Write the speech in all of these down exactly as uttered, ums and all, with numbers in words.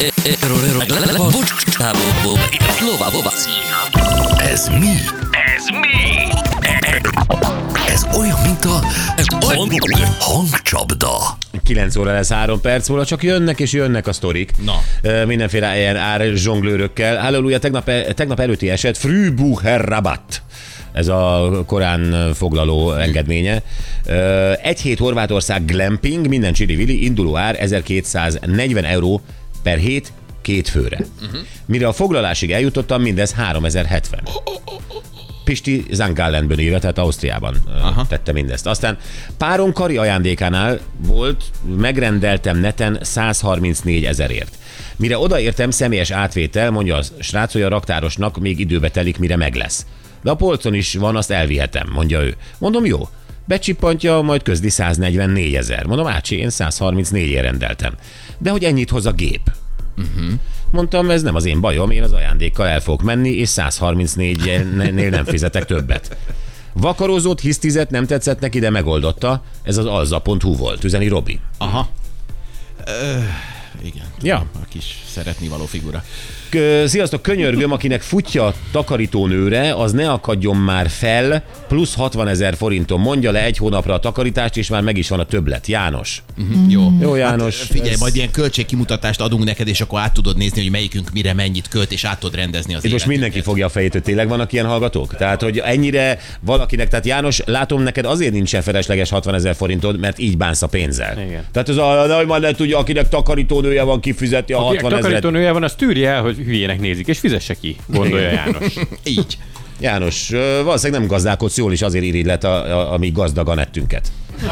Ez mi? Ez mi? Ez olyan, mint a hangcsapda. kilenc óra lesz három perc múlva, csak jönnek és jönnek a sztorik. Na. Mindenféle ilyen ár-zsonglőrökkel. Halleluja, tegnap, tegnap előtti eset Frühbucher-Rabatt. Ez a korán foglaló engedménye. Egy hét Horvátország glamping, minden csili-vili, induló ár ezerkétszáznegyven euró per hét, két főre. Uh-huh. Mire a foglalásig eljutottam, mindez háromezer-hetven. Pisti Zangallenből írja, tehát Ausztriában Aha. tette mindezt. Aztán páron kari ajándékánál volt, megrendeltem neten százharmincnégy ezerért. Mire odaértem, személyes átvétel, mondja a srác, hogy a raktárosnak még időbe telik, mire meg lesz. De a polcon is van, azt elvihetem, mondja ő. Mondom, jó. Becsippantja, majd közli száznegyvennégy ezer. Mondom, ácsi, én százharmincnégyért rendeltem. De hogy ennyit hoz a gép? Uh-huh. Mondtam, ez nem az én bajom, én az ajándékkal el fogok menni, és százharmincnégynél nem fizetek többet. Vakarózott, hisztizett, nem tetszett neki, de megoldotta. Ez az alza pont hu volt, üzeni Robi. Aha. Ö, igen. Ja. A kis szeretnivaló figura. Sziasztok, könyörgöm, akinek futja a takarítónőre, az ne akadjon már fel, plusz hatvanezer forinton mondja le egy hónapra a takarítást, és már meg is van a többlet. János. Uh-huh, jó. Jó, János. Hát figyelj, ez... majd ilyen költségkimutatást adunk neked, és akkor át tudod nézni, hogy melyikünk mire mennyit költ, és át tudod rendezni az Itt most mindenki fogja a fejét, hogy tényleg vannak ilyen hallgatók? Tehát, hogy ennyire valakinek, tehát János, látom neked azért nincsen felesleges hatvanezer forintod, mert így bánsz a pénzzel. Igen. Tehát az a, hogy majd lehet, hogy akinek takarítónője van, kifizeti a hatvanezret. Takarítónője van, az tűrje el, hogy hülyének nézik, és fizesse ki, gondolja János. Így. János, valószínűleg nem gazdálkodsz jól, és azért irigylet, a, a, a mi gazdagan ettünket.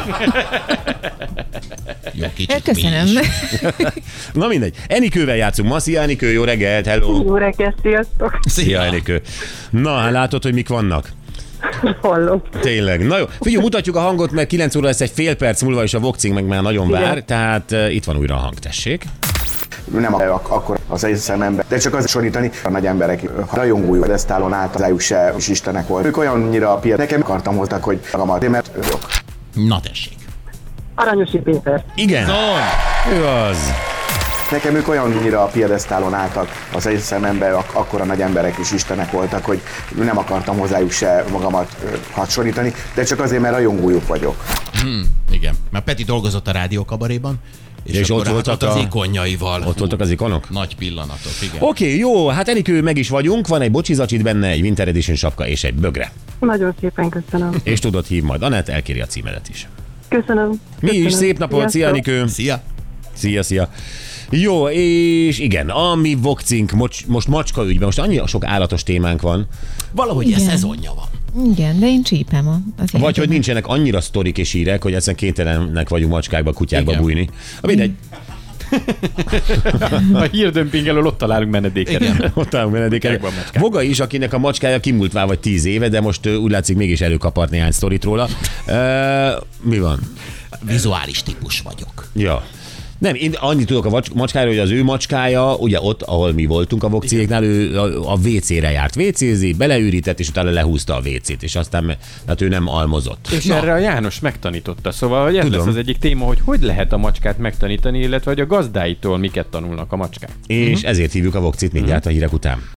Jó, kicsit Köszönöm. Na mindegy. Enikővel játszunk ma. Szia, Enikő, jó reggelt, hello. Jó reggelt, sziasztok. Szia, Enikő. Na, hát látod, hogy mik vannak? Hallom. Tényleg. Na jó, figyelj, mutatjuk a hangot, mert kilenc óra lesz egy fél perc múlva, és a Vokcing meg már nagyon vár, Igen. tehát uh, itt van újra a hang, tessék. Nem ak- akkor az egy szemembe, de csak az sorítani a nagy emberek rajongói pedesztálon állt, hozzájuk se is istenek volt. Ők olyannyira a piac, nekem akartam voltak, hogy magamat, mert ők. Na tessék. Aranyosi Péter. Igen, ő az. Nekem ők olyannyira a piedesztálon álltak az egy szemembe, ak- akkor a nagy emberek is istenek voltak, hogy nem akartam hozzájuk se magamat hadsorítani, de csak azért, mert rajongójuk vagyok. Hmm, igen. Mert Peti dolgozott a rádiókabaréban, és, és akkor ott voltak az a... ikonjaival. Ott voltak az ikonok? Nagy pillanatok, igen. Oké, okay, jó, hát Enikő, meg is vagyunk, van egy bocsizacsit benne, egy Winter Edition sapka és egy bögre. Nagyon szépen köszönöm. És tudod, hív majd Anett, elkéri a címedet is. Köszönöm. Mi köszönöm. is, szép napot, szia Enikő. Szia. Szia, szia. Jó, és igen, a mi Vokcink mocs, most macska ügyben, most annyira sok állatos témánk van. Valahogy Igen. ez szezonja van. Igen, de én csípem a, az Vagy hogy életemet. nincsenek annyira sztorik és hírek, hogy egyszerűen kénytelenek vagyunk macskákba, kutyákba Igen. bújni. A mindegy, A hírdömping elől ott találunk menedéket. Igen. ott állunk menedékelek. Kutyákban, macskák. Voga is, akinek a macskája kimúlt már vagy tíz éve, de most ö, úgy látszik mégis előkapart néhány sztorit róla. E, mi van? Vizuális típus vagyok. Ja. Nem, én annyit tudok a vac- macskáról, hogy az ő macskája, ugye ott, ahol mi voltunk a Vokciéknál, ő a, a vé cére járt vécézni, beleürített, és utána lehúzta a vécét, és aztán, hát ő nem almozott. És erre a János megtanította, szóval, hogy ez Tudom. lesz az egyik téma, hogy hogy lehet a macskát megtanítani, illetve hogy a gazdáitól miket tanulnak a macskák. És ezért hívjuk a Vokcit mindjárt a hírek után.